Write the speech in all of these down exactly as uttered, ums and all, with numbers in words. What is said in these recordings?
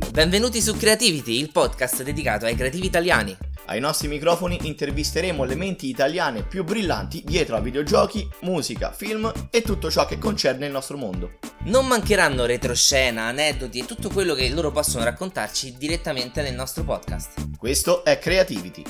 Benvenuti su Creativity, il podcast dedicato ai creativi italiani. Ai nostri microfoni intervisteremo le menti italiane più brillanti dietro a videogiochi, musica, film e tutto ciò che concerne il nostro mondo. Non mancheranno retroscena, aneddoti e tutto quello che loro possono raccontarci direttamente nel nostro podcast. Questo è Creativity.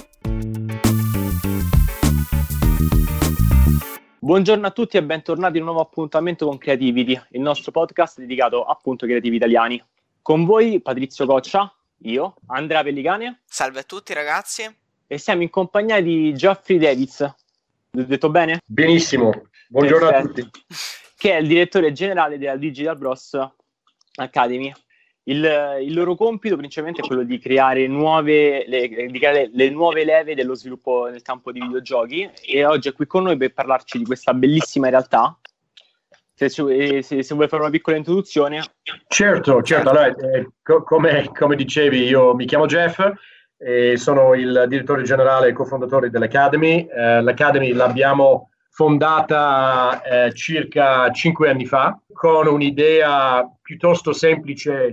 Buongiorno a tutti e bentornati in un nuovo appuntamento con Creativity, il nostro podcast dedicato appunto ai creativi italiani. Con voi Patrizio Coccia, io, Andrea Pellicane. Salve a tutti ragazzi. E siamo in compagnia di Geoffrey Davids. L'ho detto bene? Benissimo, buongiorno Perfetto. a tutti. Che è il direttore generale della Digital Bros Academy. Il, il loro compito principalmente è quello di creare nuove le, di creare le nuove leve dello sviluppo nel campo di videogiochi, e oggi è qui con noi per parlarci di questa bellissima realtà. Se, se, se vuoi fare una piccola introduzione. Certo, certo. Allora, eh, co- come, come dicevi, io mi chiamo Jeff e sono il direttore generale e cofondatore dell'Academy. Eh, L'Academy l'abbiamo fondata eh, circa cinque anni fa con un'idea piuttosto semplice,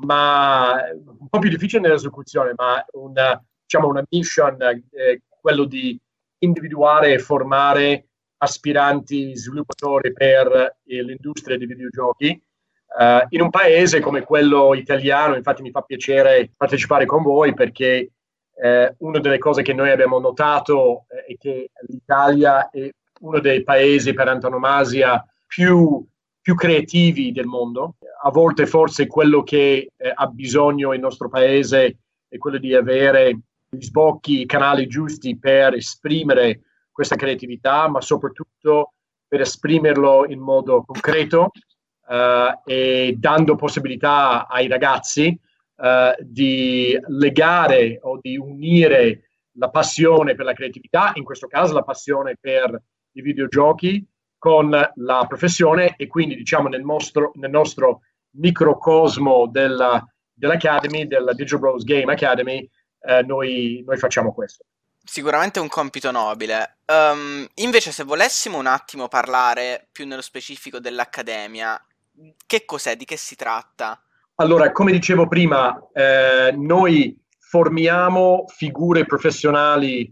ma un po' più difficile nell'esecuzione, ma una, diciamo una mission, eh, quello di individuare e formare aspiranti sviluppatori per eh, l'industria dei videogiochi uh, in un paese come quello italiano. Infatti mi fa piacere partecipare con voi perché eh, una delle cose che noi abbiamo notato eh, è che l'Italia è uno dei paesi per antonomasia più, più creativi del mondo. A volte forse quello che eh, ha bisogno il nostro paese è quello di avere gli sbocchi, i canali giusti per esprimere questa creatività, ma soprattutto per esprimerlo in modo concreto uh, e dando possibilità ai ragazzi uh, di legare o di unire la passione per la creatività, in questo caso la passione per i videogiochi, con la professione, e quindi diciamo nel nostro, nel nostro microcosmo della, dell'Academy, della Digital Bros Game Academy, uh, noi, noi facciamo questo. Sicuramente un compito nobile. Um, invece, se volessimo un attimo parlare più nello specifico dell'Accademia, che cos'è, di che si tratta? Allora, come dicevo prima, eh, noi formiamo figure professionali,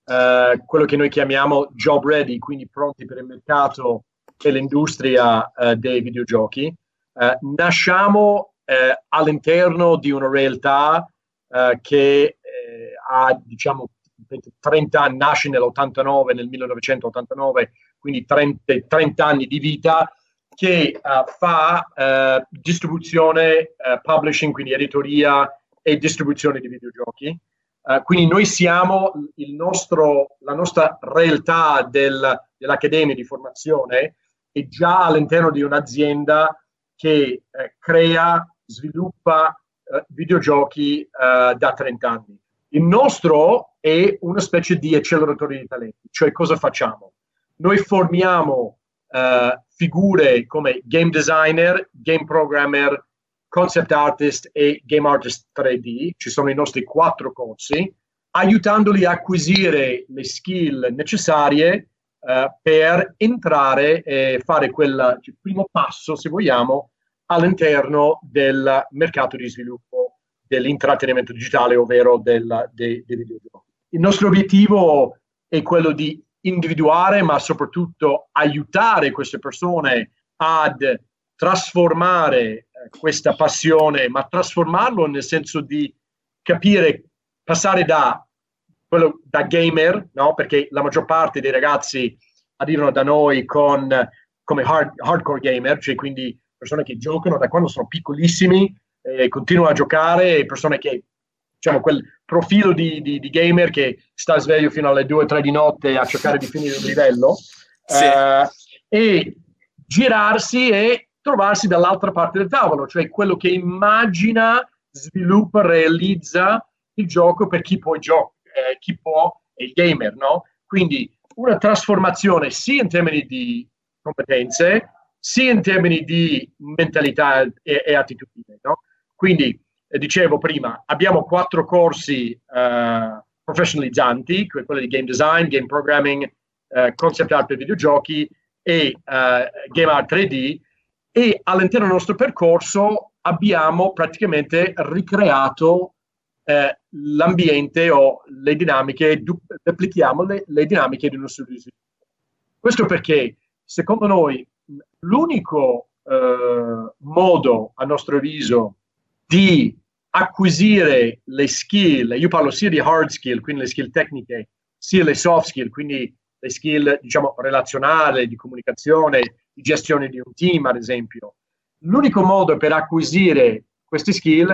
eh, quello che noi chiamiamo job ready, quindi pronti per il mercato e l'industria eh, dei videogiochi. Eh, nasciamo eh, all'interno di una realtà eh, che eh, ha, diciamo, trenta anni, nasce nell'ottantanove, nel millenovecentottantanove, quindi trenta, trenta anni di vita, che uh, fa uh, distribuzione, uh, publishing, quindi editoria e distribuzione di videogiochi. Uh, quindi noi siamo il nostro, la nostra realtà del, dell'Accademia di formazione è già all'interno di un'azienda che uh, crea, sviluppa uh, videogiochi uh, da trenta anni. Il nostro è una specie di acceleratore di talenti, cioè cosa facciamo? Noi formiamo uh, figure come game designer, game programmer, concept artist e game artist tre D, ci sono i nostri quattro corsi, aiutandoli a acquisire le skill necessarie uh, per entrare e fare quel il primo passo, se vogliamo, all'interno del mercato di sviluppo dell'intrattenimento digitale, ovvero del, dei, dei videogiochi. Il nostro obiettivo è quello di individuare, ma soprattutto aiutare queste persone ad trasformare eh, questa passione, ma trasformarlo nel senso di capire, passare da, quello, da gamer, no? Perché la maggior parte dei ragazzi arrivano da noi con, come hard, hardcore gamer, cioè quindi persone che giocano da quando sono piccolissimi, Eh, continuano a giocare, persone che, diciamo, quel profilo di, di, di gamer che sta sveglio fino alle due o tre di notte a cercare di finire il livello, sì. eh, e girarsi e trovarsi dall'altra parte del tavolo, cioè quello che immagina, sviluppa, realizza il gioco per chi poi gioca, eh, chi può è il gamer, no? Quindi una trasformazione sia in termini di competenze, sia in termini di mentalità e, e attitudine, no? Quindi, eh, dicevo prima, abbiamo quattro corsi eh, professionalizzanti, quelli di game design, game programming, eh, concept art per videogiochi e eh, game art tre D, e all'interno del nostro percorso abbiamo praticamente ricreato eh, l'ambiente o le dinamiche, du- replichiamo le, le dinamiche di uno studio di sviluppo. Questo perché, secondo noi, l'unico eh, modo, a nostro avviso, di acquisire le skill, io parlo sia di hard skill, quindi le skill tecniche, sia le soft skill, quindi le skill, diciamo, relazionali, di comunicazione, di gestione di un team, ad esempio. L'unico modo per acquisire queste skill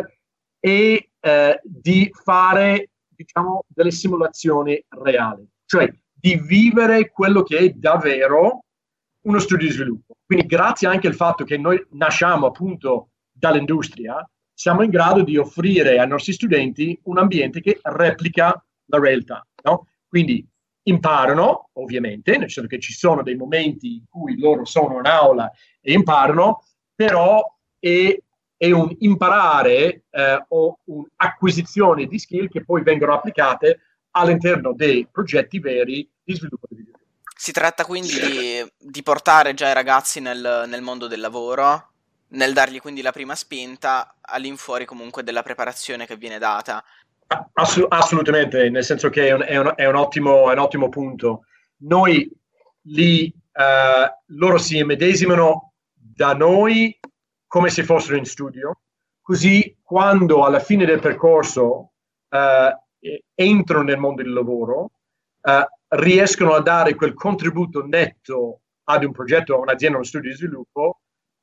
è eh, di fare, diciamo, delle simulazioni reali, cioè di vivere quello che è davvero uno studio di sviluppo. Quindi grazie anche al fatto che noi nasciamo appunto dall'industria, siamo in grado di offrire ai nostri studenti un ambiente che replica la realtà, no? Quindi imparano, ovviamente, nel senso che ci sono dei momenti in cui loro sono in aula e imparano, però è, è un imparare eh, o un'acquisizione di skill che poi vengono applicate all'interno dei progetti veri di sviluppo di videogiochi. Si tratta quindi di, di portare già i ragazzi nel, nel mondo del lavoro, nel dargli quindi la prima spinta all'infuori comunque della preparazione che viene data. Assolut- assolutamente, nel senso che è un, è un, è un, ottimo, è un ottimo punto. Noi li, eh, loro si immedesimano da noi come se fossero in studio, così quando alla fine del percorso eh, entrano nel mondo del lavoro, eh, riescono a dare quel contributo netto ad un progetto, a un'azienda, a uno studio di sviluppo.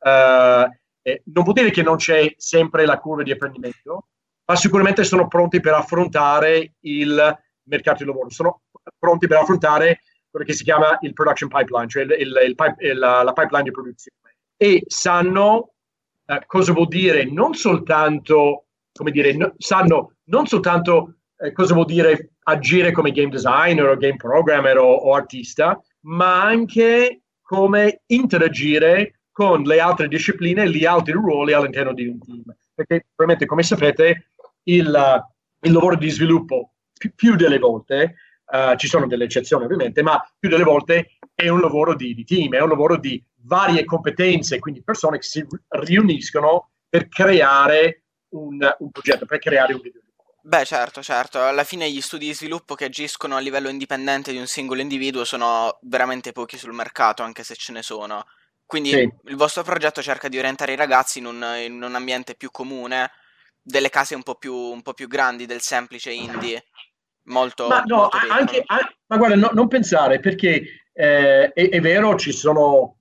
Eh, eh, non vuol dire che non c'è sempre la curva di apprendimento, ma sicuramente sono pronti per affrontare il mercato di lavoro, sono pronti per affrontare quello che si chiama il production pipeline, cioè il, il, il pipe, la, la pipeline di produzione, e sanno eh, cosa vuol dire non soltanto, come dire, no, sanno non soltanto eh, cosa vuol dire agire come game designer o game programmer o, o artista, ma anche come interagire con le altre discipline e gli altri ruoli all'interno di un team. Perché probabilmente, come sapete, il, il lavoro di sviluppo più, più delle volte, uh, ci sono delle eccezioni ovviamente, ma più delle volte è un lavoro di, di team, è un lavoro di varie competenze, quindi persone che si riuniscono per creare un, un progetto, per creare un videogioco. Beh, certo, certo. Alla fine gli studi di sviluppo che agiscono a livello indipendente di un singolo individuo sono veramente pochi sul mercato, anche se ce ne sono. Quindi Sì. Il vostro progetto cerca di orientare i ragazzi in un, in un ambiente più comune, delle case un po' più, un po' più grandi del semplice indie, molto, Ma no, molto anche, piccolo. a- ma guarda, no- non pensare, perché eh, è, è vero, ci sono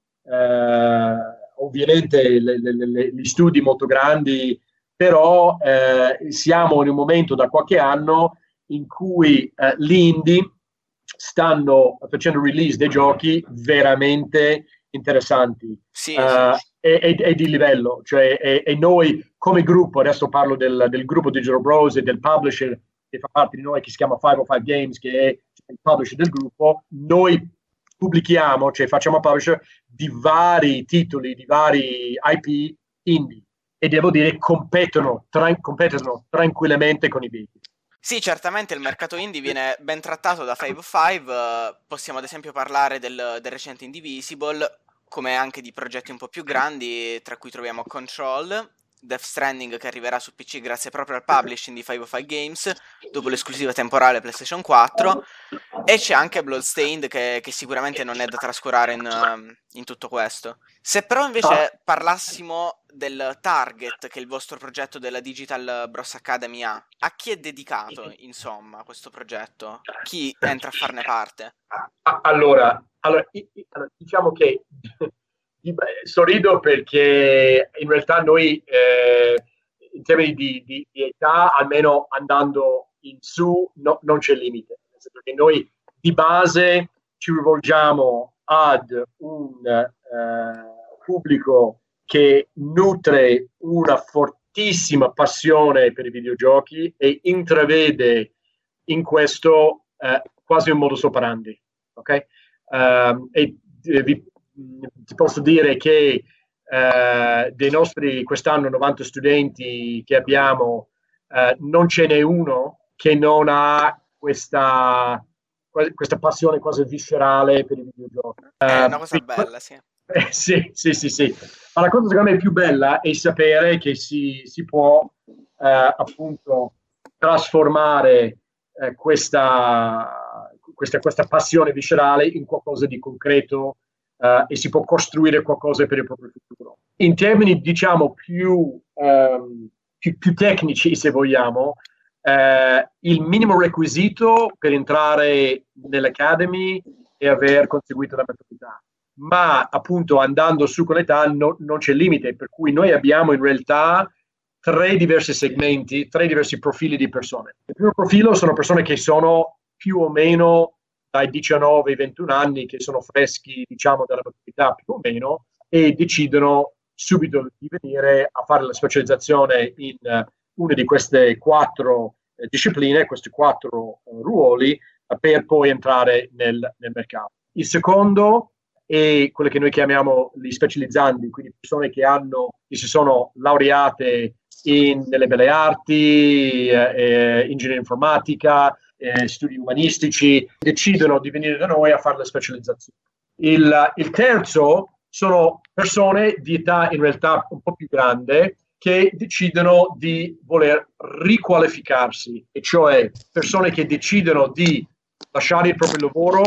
eh, ovviamente le- le- le- gli studi molto grandi, però eh, siamo in un momento da qualche anno in cui eh, gli indie stanno facendo release dei giochi veramente interessanti. Sì, eh, sì. e, e- e di livello, cioè, e, e noi come gruppo, adesso parlo del, del gruppo Digital Bros e del publisher che fa parte di noi, che si chiama cinquecentocinque Games, che è il publisher del gruppo, noi pubblichiamo, cioè facciamo publisher di vari titoli, di vari I P indie, e devo dire competono, tra, competono tranquillamente con i big. Sì, certamente il mercato indie viene ben trattato da cinquecentocinque, eh, possiamo ad esempio parlare del, del recente Indivisible, come anche di progetti un po' più grandi, tra cui troviamo Control, Death Stranding che arriverà su P C grazie proprio al publishing di cinquecentocinque Games, dopo l'esclusiva temporale PlayStation quattro, e c'è anche Bloodstained che, che sicuramente non è da trascurare in, um, in tutto questo. Se però invece parlassimo del target che il vostro progetto della Digital Bros Academy ha, a chi è dedicato, insomma, questo progetto? Chi entra a farne parte? Allora, allora, diciamo che sorrido perché in realtà noi eh, in termini di, di, di età, almeno andando in su, no, non c'è limite, nel senso che noi di base ci rivolgiamo ad un eh, pubblico che nutre una fortissima passione per i videogiochi e intravede in questo eh, quasi un modus operandi, ok? Um, e eh, vi, ti posso dire che eh, dei nostri quest'anno novanta studenti che abbiamo, eh, non ce n'è uno che non ha questa, questa passione quasi viscerale per i videogiochi. È Uh, una cosa bella, sì. Eh, sì, sì, sì, sì. Ma la cosa secondo me più bella è sapere che si, si può eh, appunto trasformare eh, questa, questa, questa passione viscerale in qualcosa di concreto eh, e si può costruire qualcosa per il proprio futuro. In termini, diciamo, più, um, più, più tecnici, se vogliamo, eh, il minimo requisito per entrare nell'Academy è aver conseguito la maturità. Ma appunto andando su con l'età no, non c'è limite, per cui noi abbiamo in realtà tre diversi segmenti, tre diversi profili di persone. Il primo profilo sono persone che sono più o meno dai diciannove ai ventuno anni, che sono freschi, diciamo, dalla maturità più o meno, e decidono subito di venire a fare la specializzazione in uh, una di queste quattro uh, discipline, questi quattro uh, ruoli, uh, per poi entrare nel, nel mercato. Il secondo è quello che noi chiamiamo gli specializzandi, quindi persone che hanno, che si sono laureate in, nelle belle arti, eh, ingegneria informatica, eh, studi umanistici, decidono di venire da noi a fare la specializzazione. Il, il terzo sono persone di età in realtà un po' più grande che decidono di voler riqualificarsi, e cioè persone che decidono di lasciare il proprio lavoro,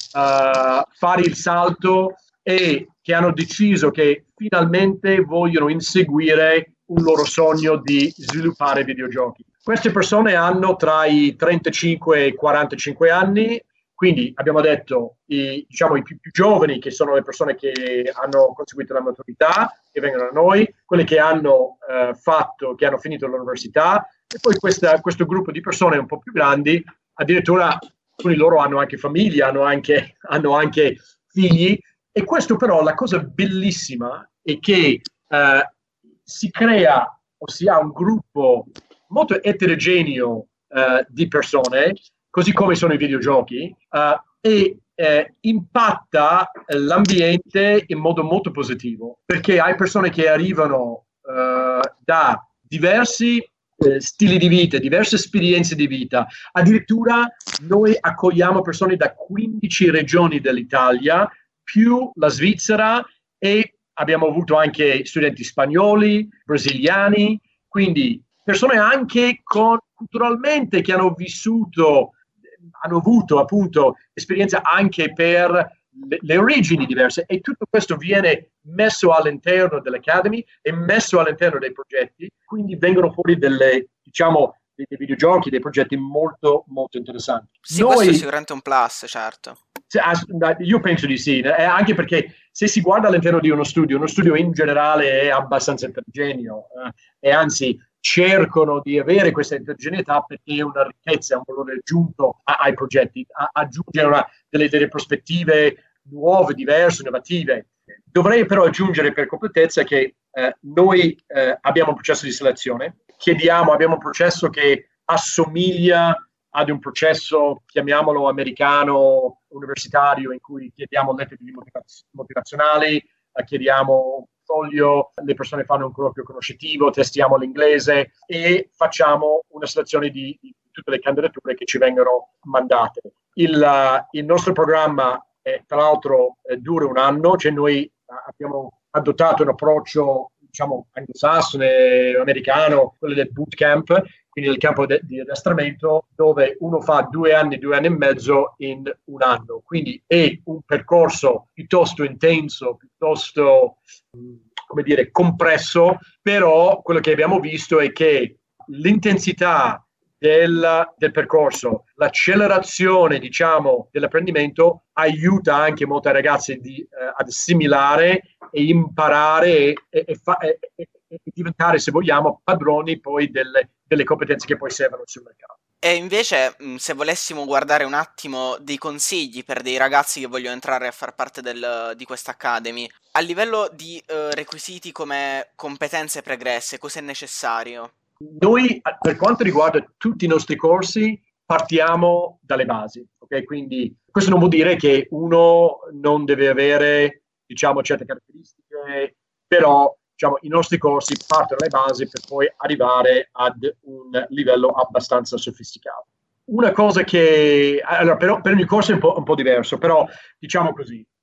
uh, fare il salto e che hanno deciso che finalmente vogliono inseguire un loro sogno di sviluppare videogiochi. Queste persone hanno tra i trentacinque e i quarantacinque anni, quindi abbiamo detto i, diciamo, i più, più giovani, che sono le persone che hanno conseguito la maturità, che vengono da noi, quelle che hanno uh, fatto, che hanno finito l'università, e poi questa, questo gruppo di persone un po' più grandi, addirittura alcuni loro hanno anche famiglia, hanno anche, hanno anche figli, e questo però, la cosa bellissima è che uh, si crea, o si ha un gruppo molto eterogeneo uh, di persone, così come sono i videogiochi, uh, e eh, impatta l'ambiente in modo molto positivo, perché hai persone che arrivano uh, da diversi eh, stili di vita, diverse esperienze di vita. Addirittura noi accogliamo persone da quindici regioni dell'Italia, più la Svizzera, e abbiamo avuto anche studenti spagnoli, brasiliani, quindi persone anche con, culturalmente, che hanno vissuto, hanno avuto appunto esperienza anche per le, le origini diverse, e tutto questo viene messo all'interno dell'Academy e messo all'interno dei progetti, quindi vengono fuori delle, diciamo, dei, dei videogiochi, dei progetti molto molto interessanti. Sì, Noi, questo è sicuramente un plus, certo. Io penso di sì, eh, anche perché se si guarda all'interno di uno studio, uno studio in generale è abbastanza eterogeneo, eh, e anzi cercano di avere questa eterogeneità perché è una ricchezza, un valore aggiunto a, ai progetti, a, aggiungere una, delle, delle prospettive nuove, diverse, innovative. Dovrei però aggiungere per completezza che eh, noi eh, abbiamo un processo di selezione, chiediamo, abbiamo un processo che assomiglia ad un processo, chiamiamolo americano, universitario, in cui chiediamo lettere di motivaz- motivazionali, eh, chiediamo foglio, le persone fanno un colloquio conoscitivo, testiamo l'inglese e facciamo una selezione di, di tutte le candidature che ci vengono mandate. Il, uh, il nostro programma, eh, tra l'altro, eh, dura un anno, cioè noi uh, abbiamo adottato un approccio, diciamo, anglosassone, americano, quello del bootcamp, quindi il campo de- di addestramento, dove uno fa due anni, due anni e mezzo in un anno. Quindi è un percorso piuttosto intenso, piuttosto, come dire, compresso, però quello che abbiamo visto è che l'intensità del, del percorso, l'accelerazione, diciamo, dell'apprendimento aiuta anche molte ragazze di, eh, ad assimilare e imparare e, e, e, fa, e, e diventare, se vogliamo, padroni poi delle, delle competenze che poi servono sul mercato. E invece, se volessimo guardare un attimo dei consigli per dei ragazzi che vogliono entrare a far parte del, di questa Academy, a livello di uh, requisiti come competenze pregresse, cosa è necessario? Noi, per quanto riguarda tutti i nostri corsi, partiamo dalle basi, ok? Quindi questo non vuol dire che uno non deve avere, diciamo, certe caratteristiche, però diciamo, i nostri corsi partono dalle basi per poi arrivare ad un livello abbastanza sofisticato. Una cosa che, allora, però, per ogni corso è un po', un po' diverso, però diciamo così, eh,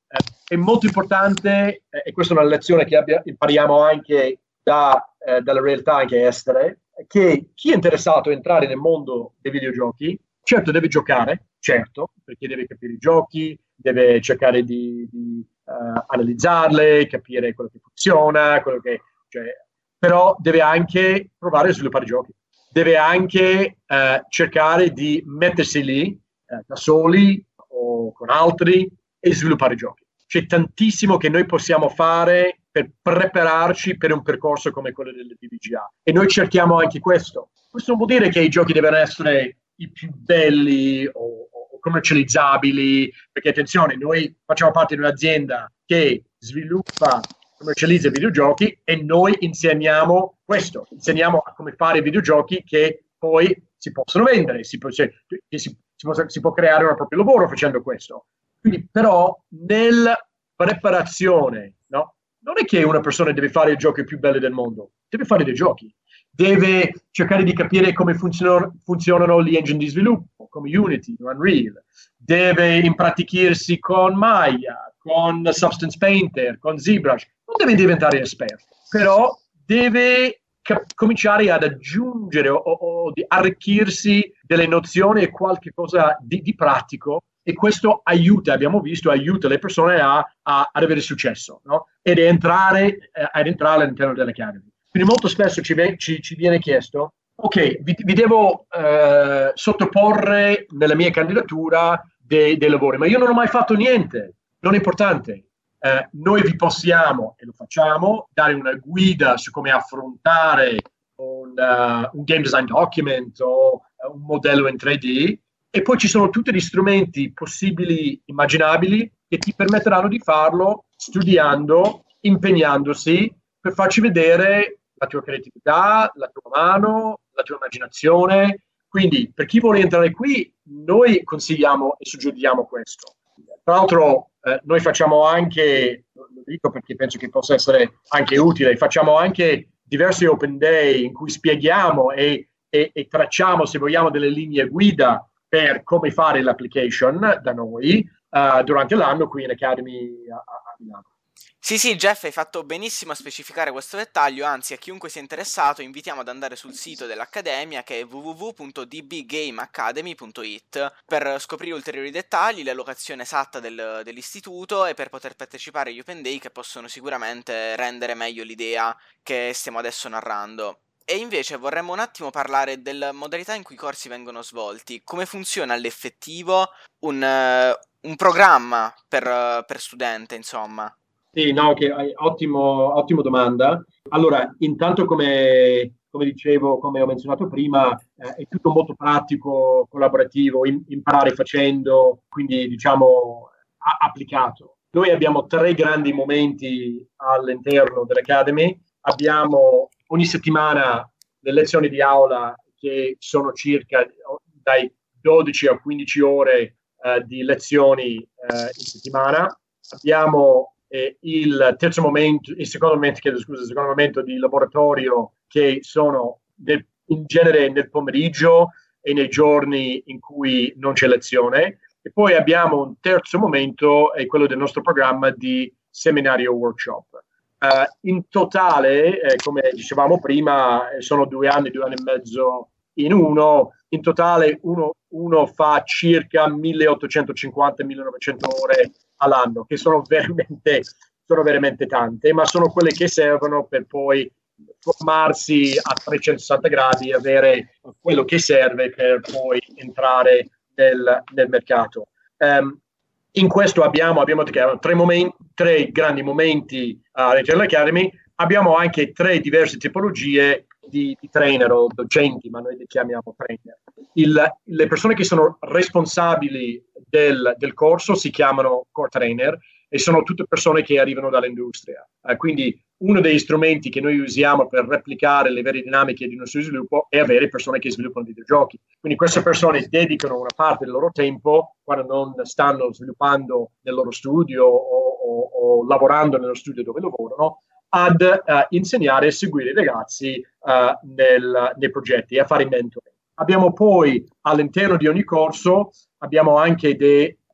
è molto importante, eh, e questa è una lezione che abbia, impariamo anche da, eh, dalle realtà anche estere, che chi è interessato a entrare nel mondo dei videogiochi, certo deve giocare, certo, perché deve capire i giochi, deve cercare di, di uh, analizzarle, capire quello che funziona, quello che, cioè, però deve anche provare a sviluppare giochi. Deve anche uh, cercare di mettersi lì uh, da soli o con altri e sviluppare giochi. C'è tantissimo che noi possiamo fare per prepararci per un percorso come quello delle D V G A, e noi cerchiamo anche questo. Questo non vuol dire che i giochi devono essere i più belli o, o commercializzabili, perché attenzione, noi facciamo parte di un'azienda che sviluppa, commercializza i videogiochi, e noi insegniamo questo, insegniamo a come fare i videogiochi che poi si possono vendere, si può, cioè, che si, si, può, si può creare un proprio lavoro facendo questo. Quindi però nella preparazione, no? Non è che una persona deve fare i giochi più belli del mondo, deve fare dei giochi, deve cercare di capire come funzionano, funzionano gli engine di sviluppo, come Unity, Unreal, deve impratichirsi con Maya, con Substance Painter, con ZBrush, non deve diventare esperto, però deve cap- cominciare ad aggiungere o, o di arricchirsi delle nozioni e qualche cosa di, di pratico, e questo aiuta, abbiamo visto, aiuta le persone a, a, ad avere successo, no? Ed entrare, eh, ad entrare all'interno dell'Academy. Quindi molto spesso ci, ci, ci viene chiesto, ok, vi, vi devo eh, sottoporre nella mia candidatura dei, dei lavori, ma io non ho mai fatto niente, non è importante. Eh, noi vi possiamo, e lo facciamo, dare una guida su come affrontare un, uh, un game design document o uh, un modello in tre D, e poi ci sono tutti gli strumenti possibili, immaginabili, che ti permetteranno di farlo studiando, impegnandosi, per farci vedere la tua creatività, la tua mano, la tua immaginazione. Quindi per chi vuole entrare qui, noi consigliamo e suggeriamo questo. Tra l'altro eh, noi facciamo anche, lo dico perché penso che possa essere anche utile, facciamo anche diversi open day in cui spieghiamo e, e, e tracciamo, se vogliamo, delle linee guida per come fare l'application da noi uh, durante l'anno qui in Academy a, a Milano. Sì, sì, Jeff, hai fatto benissimo a specificare questo dettaglio, anzi a chiunque sia interessato invitiamo ad andare sul sito dell'Accademia, che è w w w punto d b game academy punto i t, per scoprire ulteriori dettagli, la locazione esatta del, dell'istituto, e per poter partecipare agli open day che possono sicuramente rendere meglio l'idea che stiamo adesso narrando. E invece vorremmo un attimo parlare della modalità in cui i corsi vengono svolti. Come funziona all'effettivo un, uh, un programma per, uh, per studente, insomma? Sì, no, che ottimo, ottimo domanda. Allora, intanto come, come dicevo, come ho menzionato prima, eh, è tutto molto pratico, collaborativo, in, imparare facendo, quindi diciamo a, applicato. Noi abbiamo tre grandi momenti all'interno dell'Academy. Abbiamo ogni settimana le lezioni di aula, che sono circa dai dodici a quindici ore eh, di lezioni eh, in settimana. Abbiamo eh, il terzo momento, il secondo momento, chiedo scusa, il secondo momento di laboratorio, che sono nel, in genere nel pomeriggio e nei giorni in cui non c'è lezione. E poi abbiamo un terzo momento, è quello del nostro programma di seminario workshop. Uh, in totale, eh, come dicevamo prima, sono due anni, due anni e mezzo in uno. In totale uno, uno fa circa milleottocentocinquanta millenovecento ore all'anno, che sono veramente, sono veramente tante, ma sono quelle che servono per poi formarsi a trecentosessanta gradi e avere quello che serve per poi entrare nel, nel mercato. Um, In questo abbiamo, abbiamo tre, momenti, tre grandi momenti all'interno dell'Academy. Abbiamo anche tre diverse tipologie di, di trainer o docenti, ma noi li chiamiamo trainer. Il, le persone che sono responsabili del, del corso si chiamano core trainer, e sono tutte persone che arrivano dall'industria. Uh, quindi uno degli strumenti che noi usiamo per replicare le vere dinamiche di nostro sviluppo è avere persone che sviluppano videogiochi. Quindi queste persone dedicano una parte del loro tempo, quando non stanno sviluppando nel loro studio o, o, o lavorando nello studio dove lavorano, ad uh, insegnare e seguire i ragazzi uh, nel, nei progetti e a fare mentoring. Abbiamo poi all'interno di ogni corso abbiamo anche dei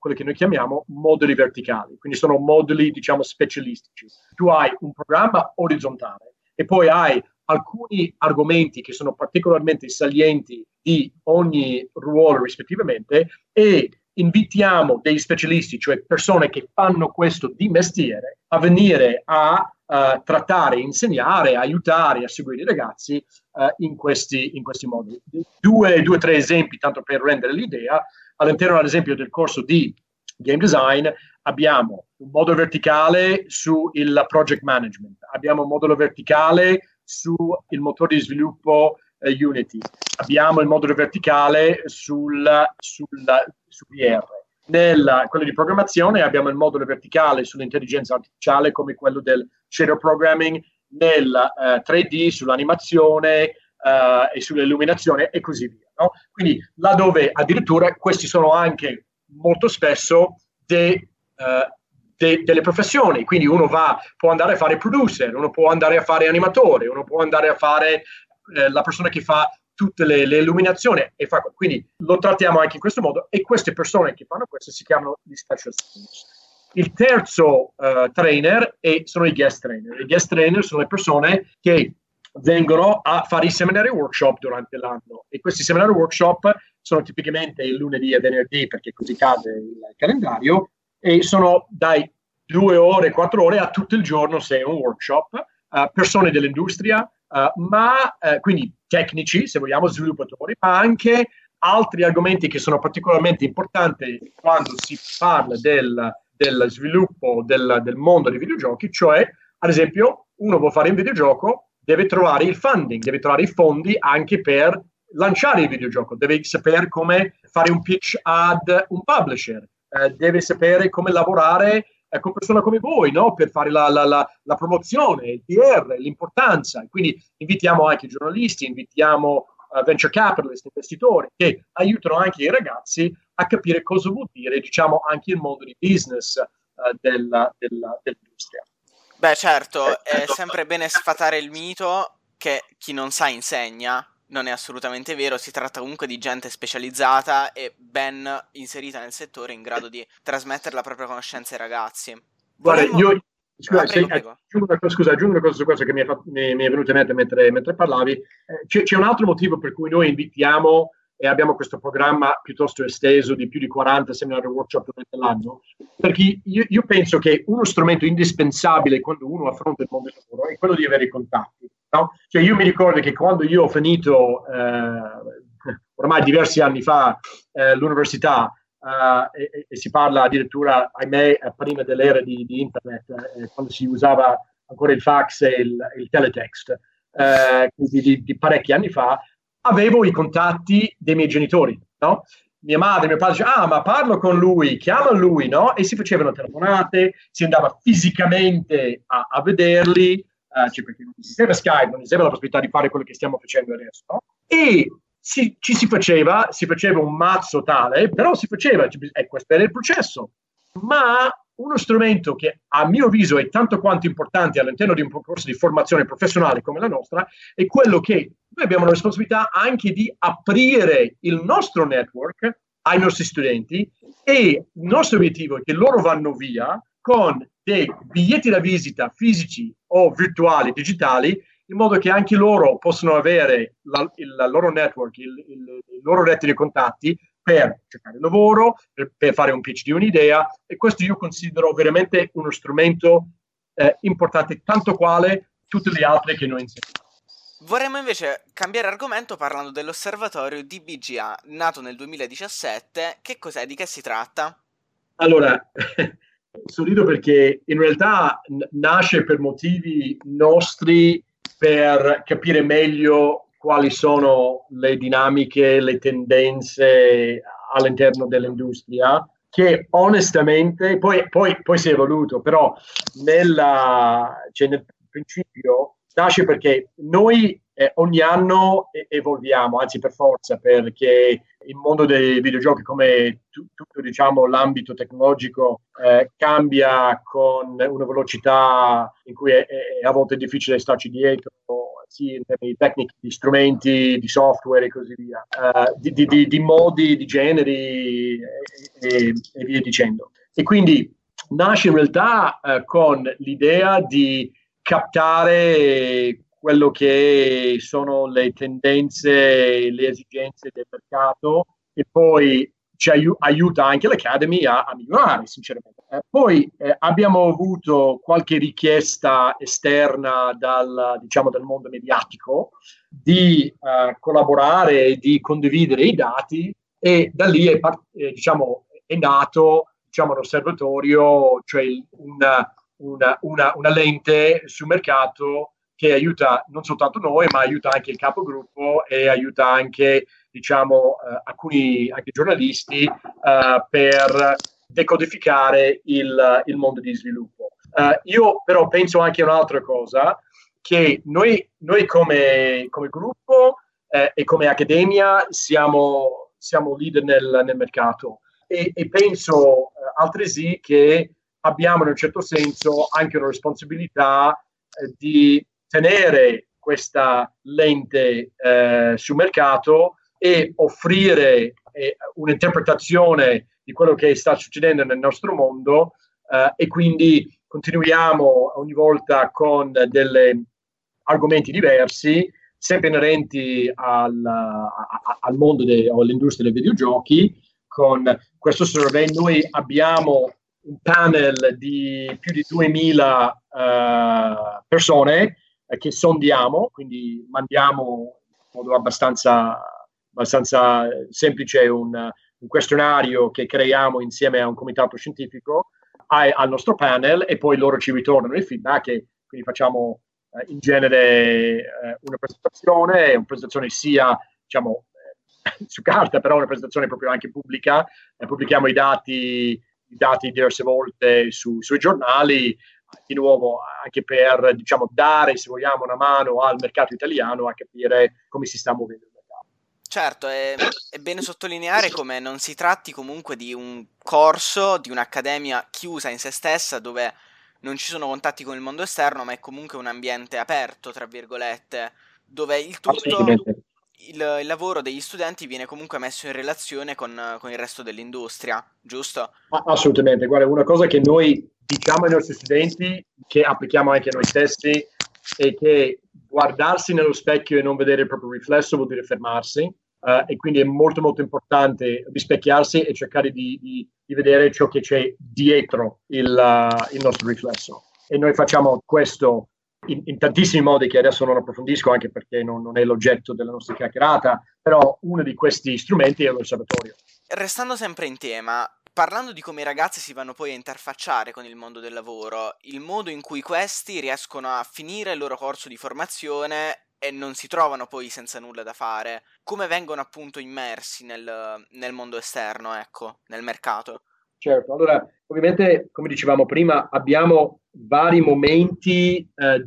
quelli che noi chiamiamo moduli verticali, quindi sono moduli, diciamo, specialistici. Tu hai un programma orizzontale e poi hai alcuni argomenti che sono particolarmente salienti di ogni ruolo rispettivamente e invitiamo degli specialisti, cioè persone che fanno questo di mestiere, a venire a uh, trattare, insegnare, aiutare a seguire i ragazzi uh, in questi in questi moduli. Due o tre esempi, tanto per rendere l'idea. All'interno, ad esempio, del corso di Game Design abbiamo un modulo verticale sul project management, abbiamo un modulo verticale sul motore di sviluppo uh, Unity, abbiamo il modulo verticale sul, sul, su V R. Nel quello di programmazione abbiamo il modulo verticale sull'intelligenza artificiale come quello del shadow programming, nel uh, tre D sull'animazione uh, e sull'illuminazione e così via, no? Quindi laddove addirittura questi sono anche molto spesso de, uh, de, delle professioni, quindi uno va, può andare a fare producer, uno può andare a fare animatore, uno può andare a fare uh, la persona che fa tutte le, le illuminazioni e fa, quindi lo trattiamo anche in questo modo e queste persone che fanno questo si chiamano gli special trainers. Il terzo uh, trainer è, sono i guest trainer. I guest trainer sono le persone che vengono a fare i seminari workshop durante l'anno e questi seminari workshop sono tipicamente il lunedì e venerdì perché così cade il calendario e sono dai due ore, quattro ore a tutto il giorno se è un workshop, uh, persone dell'industria, Uh, ma uh, quindi tecnici, se vogliamo, sviluppatori, ma anche altri argomenti che sono particolarmente importanti quando si parla del, del sviluppo del, del mondo dei videogiochi, cioè, ad esempio, uno vuole fare un videogioco, deve trovare il funding, deve trovare i fondi anche per lanciare il videogioco, deve sapere come fare un pitch ad un publisher, uh, deve sapere come lavorare con persone come voi, no? Per fare la, la, la, la promozione, il P R, l'importanza. Quindi invitiamo anche i giornalisti, invitiamo uh, venture capitalist, investitori, che aiutano anche i ragazzi a capire cosa vuol dire, diciamo, anche il mondo di business uh, della, della, dell'industria. Beh, certo, è sempre bene sfatare il mito che chi non sa insegna. Non è assolutamente vero, si tratta comunque di gente specializzata e ben inserita nel settore in grado di trasmettere la propria conoscenza ai ragazzi. Guarda, Vorremmo... io scusa, ah, prego, prego. Aggiungo, una cosa, scusa, aggiungo una cosa su questo che mi è, fatto, mi, mi è venuto in mente mentre, mentre parlavi. Eh, c'è, c'è un altro motivo per cui noi invitiamo e abbiamo questo programma piuttosto esteso di più di quaranta seminari workshop durante l'anno, perché io, io penso che uno strumento indispensabile quando uno affronta il mondo del lavoro è quello di avere i contatti. No? Cioè io mi ricordo che quando io ho finito eh, ormai diversi anni fa eh, l'università eh, e, e si parla addirittura, ahimè, prima dell'era di, di internet, eh, quando si usava ancora il fax e il, il teletext, eh, di, di, di parecchi anni fa, avevo i contatti dei miei genitori, no? Mia madre, mio padre diceva, ah, ma parlo con lui, chiama lui, no? E si facevano telefonate, si andava fisicamente a, a vederli, Uh, cioè perché non esisteva Skype, non esisteva la possibilità di fare quello che stiamo facendo adesso, no? E si, ci si faceva, si faceva un mazzo tale, però si faceva, e questo era il processo. Ma uno strumento che a mio avviso è tanto quanto importante all'interno di un percorso di formazione professionale come la nostra è quello che noi abbiamo la responsabilità anche di aprire il nostro network ai nostri studenti e il nostro obiettivo è che loro vanno via con dei biglietti da visita fisici o virtuali, digitali, in modo che anche loro possano avere la, il la loro network, il, il, il loro rete di contatti per cercare lavoro, per, per fare un pitch di un'idea, e questo io considero veramente uno strumento eh, importante, tanto quale tutte le altre che noi insegniamo. Vorremmo invece cambiare argomento parlando dell'osservatorio D B G A, nato nel duemiladiciassette. Che cos'è? Di che si tratta? Allora... sorrido perché in realtà n- nasce per motivi nostri per capire meglio quali sono le dinamiche, le tendenze all'interno dell'industria, che onestamente poi, poi, poi si è evoluto, però nella, cioè nel principio nasce perché noi eh, ogni anno evolviamo, anzi per forza, perché il mondo dei videogiochi, come tu, tutto diciamo l'ambito tecnologico, eh, cambia con una velocità in cui è, è a volte difficile starci dietro, sì, in termini di tecniche, di strumenti, di software e così via, uh, di, di, di, di modi, di generi e, e, e via dicendo. E quindi nasce in realtà uh, con l'idea di captare quello che sono le tendenze, le esigenze del mercato e poi ci aiu- aiuta anche l'Academy a, a migliorare, sinceramente. Eh, poi eh, abbiamo avuto qualche richiesta esterna dal, diciamo, dal mondo mediatico di eh, collaborare e di condividere i dati e da lì è, part- eh, diciamo, è nato diciamo, un osservatorio, cioè una, una, una, una lente sul mercato che aiuta non soltanto noi, ma aiuta anche il capogruppo e aiuta anche, diciamo, eh, alcuni anche giornalisti eh, per decodificare il, il mondo di sviluppo. Uh, io però penso anche a un'altra cosa, che noi, noi come, come gruppo eh, e come accademia siamo, siamo leader nel, nel mercato e, e penso eh, altresì che abbiamo in un certo senso anche una responsabilità eh, di tenere questa lente eh, sul mercato e offrire eh, un'interpretazione di quello che sta succedendo nel nostro mondo eh, e quindi continuiamo ogni volta con degli argomenti diversi, sempre inerenti al, a, al mondo de, o all'industria dei videogiochi. Con questo survey noi abbiamo un panel di più di duemila uh, persone eh, che sondiamo, quindi mandiamo in modo abbastanza, abbastanza semplice un, un questionario che creiamo insieme a un comitato scientifico a, al nostro panel e poi loro ci ritornano il feedback e quindi facciamo eh, in genere eh, una presentazione, una presentazione sia diciamo eh, su carta, però una presentazione proprio anche pubblica, eh, pubblichiamo i dati, i dati diverse volte su, sui giornali, di nuovo anche per diciamo dare, se vogliamo, una mano al mercato italiano a capire come si sta muovendo il mercato. Certo, è, è bene sottolineare come non si tratti comunque di un corso, di un'accademia chiusa in se stessa dove non ci sono contatti con il mondo esterno, ma è comunque un ambiente aperto, tra virgolette, dove il tutto, il, il lavoro degli studenti viene comunque messo in relazione con, con il resto dell'industria, giusto? Assolutamente, guarda, una cosa che noi diciamo ai nostri studenti, che applichiamo anche a noi stessi, è che guardarsi nello specchio e non vedere il proprio riflesso vuol dire fermarsi, uh, e quindi è molto molto importante rispecchiarsi e cercare di, di, di vedere ciò che c'è dietro il, uh, il nostro riflesso. E noi facciamo questo in, in tantissimi modi che adesso non approfondisco, anche perché non, non è l'oggetto della nostra chiacchierata, però uno di questi strumenti è l'osservatorio. Restando sempre in tema, parlando di come i ragazzi si vanno poi a interfacciare con il mondo del lavoro, il modo in cui questi riescono a finire il loro corso di formazione e non si trovano poi senza nulla da fare, come vengono appunto immersi nel, nel mondo esterno, ecco, nel mercato? Certo, allora ovviamente come dicevamo prima abbiamo vari momenti eh,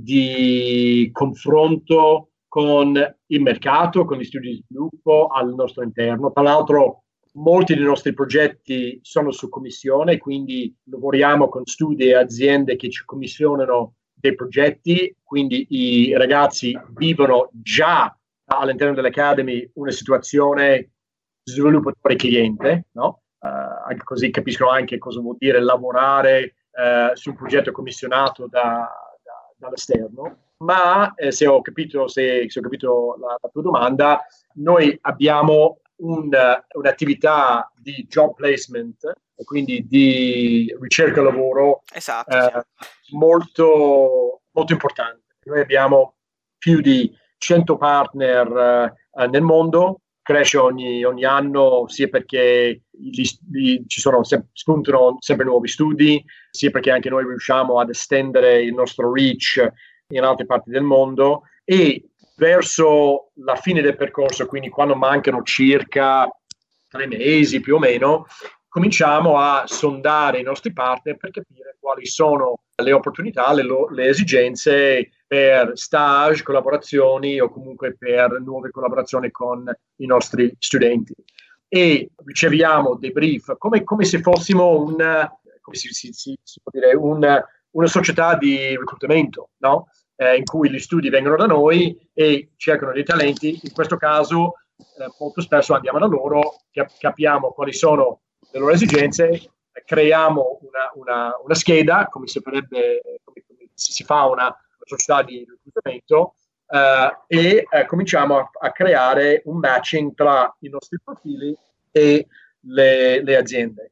di confronto con il mercato, con gli studi di sviluppo al nostro interno. Tra l'altro molti dei nostri progetti sono su commissione, quindi lavoriamo con studi e aziende che ci commissionano dei progetti, quindi i ragazzi vivono già all'interno dell'Academy una situazione sviluppatore-cliente, no? Uh, anche così capiscono anche cosa vuol dire lavorare uh, su un progetto commissionato da, da, dall'esterno. Ma eh, se ho capito, se, se ho capito la, la tua domanda, noi abbiamo un, un'attività di job placement, e quindi di ricerca lavoro, esatto, eh, sì. molto, molto importante. Noi abbiamo più di cento partner eh, nel mondo, cresce ogni, ogni anno, sia perché gli, gli, ci sono sem- spuntano sempre nuovi studi, sia perché anche noi riusciamo ad estendere il nostro reach in altre parti del mondo, e verso la fine del percorso, quindi quando mancano circa tre mesi più o meno, cominciamo a sondare i nostri partner per capire quali sono le opportunità, le, lo- le esigenze per stage, collaborazioni o comunque per nuove collaborazioni con i nostri studenti. E riceviamo dei brief come, come se fossimo un, come si, si, si, si può dire, un, una società di reclutamento, no? eh, in cui gli studi vengono da noi e cercano dei talenti. In questo caso eh, molto spesso andiamo da loro, cap- capiamo quali sono le loro esigenze, creiamo una, una, una scheda, come si farebbe, come, come si fa una, una società di reclutamento, eh, e eh, cominciamo a, a creare un matching tra i nostri profili e le, le aziende.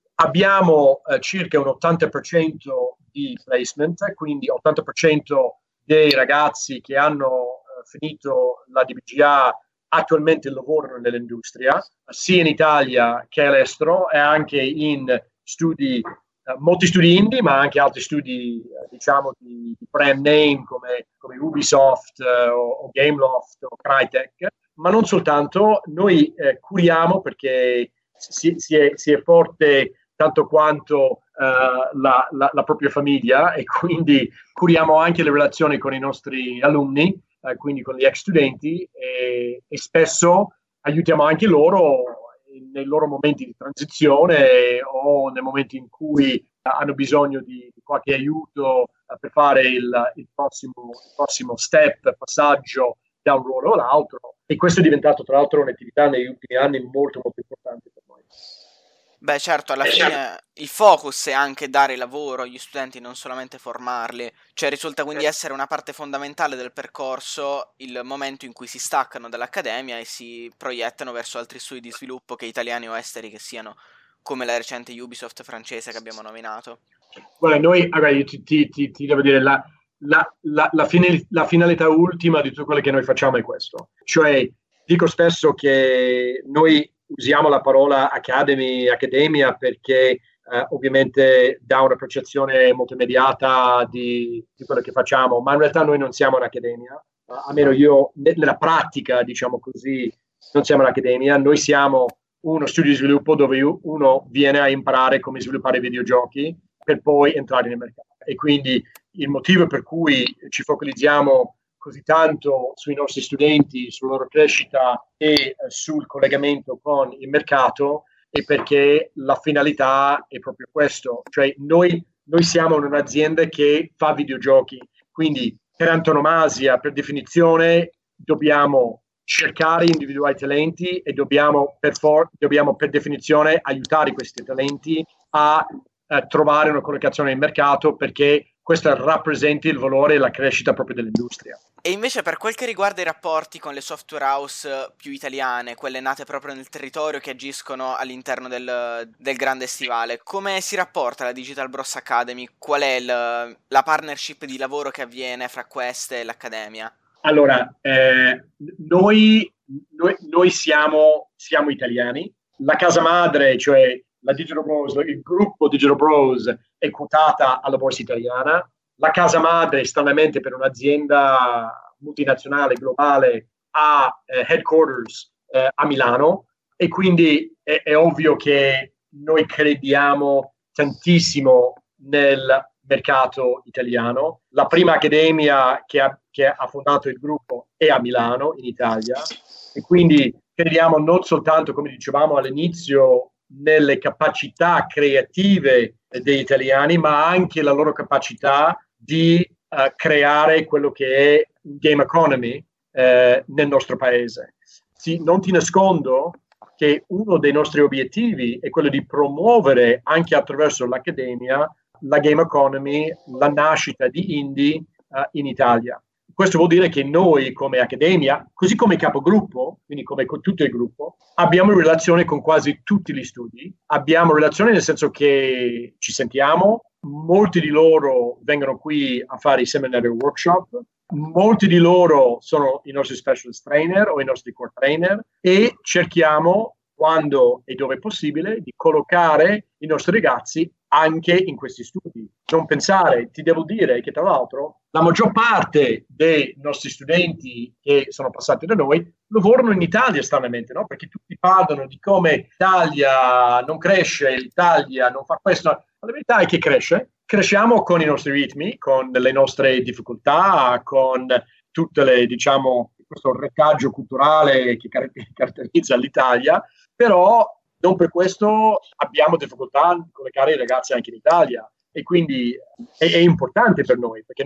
Abbiamo eh, circa un ottanta per cento di placement, quindi ottanta per cento dei ragazzi che hanno eh, finito la D B G A attualmente lavorano nell'industria, sia in Italia che all'estero, e anche in studi, eh, molti studi indie, ma anche altri studi, eh, diciamo, di, di brand name come, come Ubisoft eh, o, o Gameloft o Crytek, ma non soltanto. Noi eh, curiamo, perché si, si, è, si è forte tanto quanto uh, la, la, la propria famiglia, e quindi curiamo anche le relazioni con i nostri alunni, uh, quindi con gli ex studenti, e, e spesso aiutiamo anche loro nei loro momenti di transizione o nei momenti in cui hanno bisogno di, di qualche aiuto uh, per fare il, il, prossimo, il prossimo step, passaggio da un ruolo all'altro. E questo è diventato tra l'altro un'attività negli ultimi anni molto molto importante per noi. Beh, certo, alla fine il focus è anche dare lavoro agli studenti, non solamente formarli, cioè risulta quindi essere una parte fondamentale del percorso il momento in cui si staccano dall'accademia e si proiettano verso altri studi di sviluppo, che italiani o esteri che siano, come la recente Ubisoft francese che abbiamo nominato. Guarda, noi, allora, io ti, ti, ti, ti devo dire, la, la, la, la, fine, la finalità ultima di tutto quello che noi facciamo è questo, cioè dico spesso che noi usiamo la parola academy, accademia, perché eh, ovviamente dà una percezione molto immediata di, di quello che facciamo, ma in realtà noi non siamo un'accademia, uh, almeno io nella pratica, diciamo così, non siamo un'accademia. Noi siamo uno studio di sviluppo dove uno viene a imparare come sviluppare videogiochi per poi entrare nel mercato, e quindi il motivo per cui ci focalizziamo così tanto sui nostri studenti, sulla loro crescita e eh, sul collegamento con il mercato, è perché la finalità è proprio questo, cioè noi, noi siamo un'azienda che fa videogiochi, quindi per antonomasia, per definizione, dobbiamo cercare di individuare i talenti e dobbiamo per, for- dobbiamo per definizione aiutare questi talenti a eh, trovare una collocazione nel mercato, perché questo rappresenta il valore e la crescita proprio dell'industria. E invece per quel che riguarda i rapporti con le software house più italiane, quelle nate proprio nel territorio che agiscono all'interno del, del grande stivale, come si rapporta la Digital Bros Academy? Qual è il, la partnership di lavoro che avviene fra queste e l'Accademia? Allora, eh, noi, noi, noi siamo, siamo italiani. La casa madre, cioè la Digital Bros, il gruppo Digital Bros è quotata alla borsa italiana. La casa madre, stranamente, per un'azienda multinazionale globale, ha eh, headquarters eh, a Milano, e quindi è, è ovvio che noi crediamo tantissimo nel mercato italiano. La prima accademia che ha, che ha fondato il gruppo è a Milano, in Italia, e quindi crediamo non soltanto, come dicevamo all'inizio, nelle capacità creative degli italiani, ma anche la loro capacità di uh, creare quello che è game economy eh, nel nostro paese. Sì, non ti nascondo che uno dei nostri obiettivi è quello di promuovere anche attraverso l'Accademia la game economy, la nascita di indie uh, in Italia. Questo vuol dire che noi come Accademia, così come capogruppo, quindi come con tutto il gruppo, abbiamo relazione con quasi tutti gli studi. Abbiamo relazione nel senso che ci sentiamo, molti di loro vengono qui a fare i seminari workshop, molti di loro sono i nostri specialist trainer o i nostri core trainer, e cerchiamo, quando e dove è possibile, di collocare i nostri ragazzi anche in questi studi. Non pensare, ti devo dire che tra l'altro la maggior parte dei nostri studenti che sono passati da noi lavorano in Italia, stranamente, no? Perché tutti parlano di come l'Italia non cresce, l'Italia non fa questo. La verità è che cresce. Cresciamo con i nostri ritmi, con le nostre difficoltà, con tutte le, diciamo, questo retaggio culturale che car- caratterizza l'Italia, però non per questo abbiamo difficoltà a collocare i ragazzi anche in Italia, e quindi è, è importante per noi, perché noi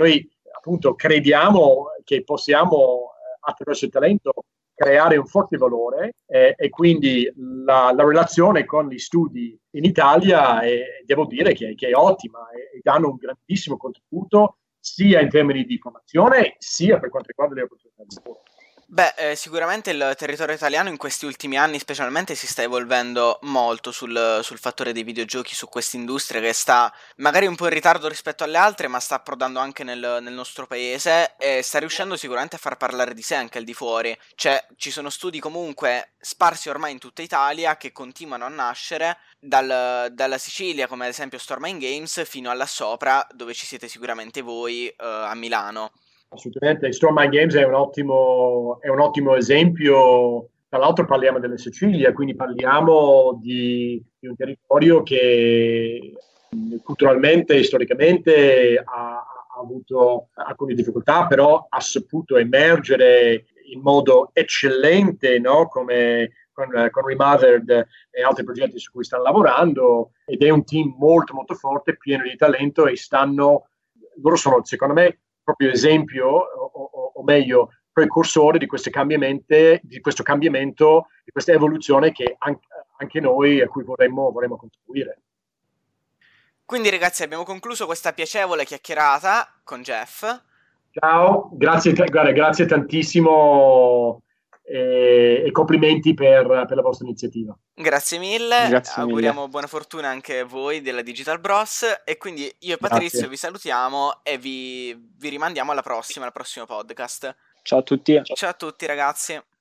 appunto crediamo che possiamo attraverso il talento creare un forte valore eh, e quindi la, la relazione con gli studi in Italia è, devo dire che, che è ottima e, e danno un grandissimo contributo sia in termini di formazione sia per quanto riguarda le opportunità di lavoro. Beh, eh, sicuramente il territorio italiano in questi ultimi anni specialmente si sta evolvendo molto sul, sul fattore dei videogiochi, su questa industria che sta magari un po' in ritardo rispetto alle altre, ma sta approdando anche nel, nel nostro paese e sta riuscendo sicuramente a far parlare di sé anche al di fuori. Cioè, ci sono studi comunque sparsi ormai in tutta Italia che continuano a nascere dal, dalla Sicilia, come ad esempio Stormine Games, fino alla Sopra, dove ci siete sicuramente voi eh, a Milano. Assolutamente, Stormine Games è un ottimo, è un ottimo esempio. Tra l'altro parliamo della Sicilia, quindi parliamo di, di un territorio che culturalmente e storicamente ha, ha avuto alcune difficoltà, però ha saputo emergere in modo eccellente, no? Come con, con Remothered e altri progetti su cui stanno lavorando, ed è un team molto molto forte, pieno di talento, e stanno, loro sono secondo me proprio esempio, o, o, o meglio, precursore di questi cambiamenti, di questo cambiamento, di questa evoluzione che anche, anche noi a cui vorremmo, vorremmo contribuire. Quindi ragazzi, abbiamo concluso questa piacevole chiacchierata con Jeff. Ciao, grazie, guarda, grazie tantissimo e, e complimenti per, per la vostra iniziativa. Grazie mille, Grazie auguriamo mille. buona fortuna anche a voi della Digital Bros, e quindi io e Patrizio Grazie. vi salutiamo e vi, vi rimandiamo alla prossima, al prossimo podcast. Ciao a tutti. Ciao a tutti ragazzi.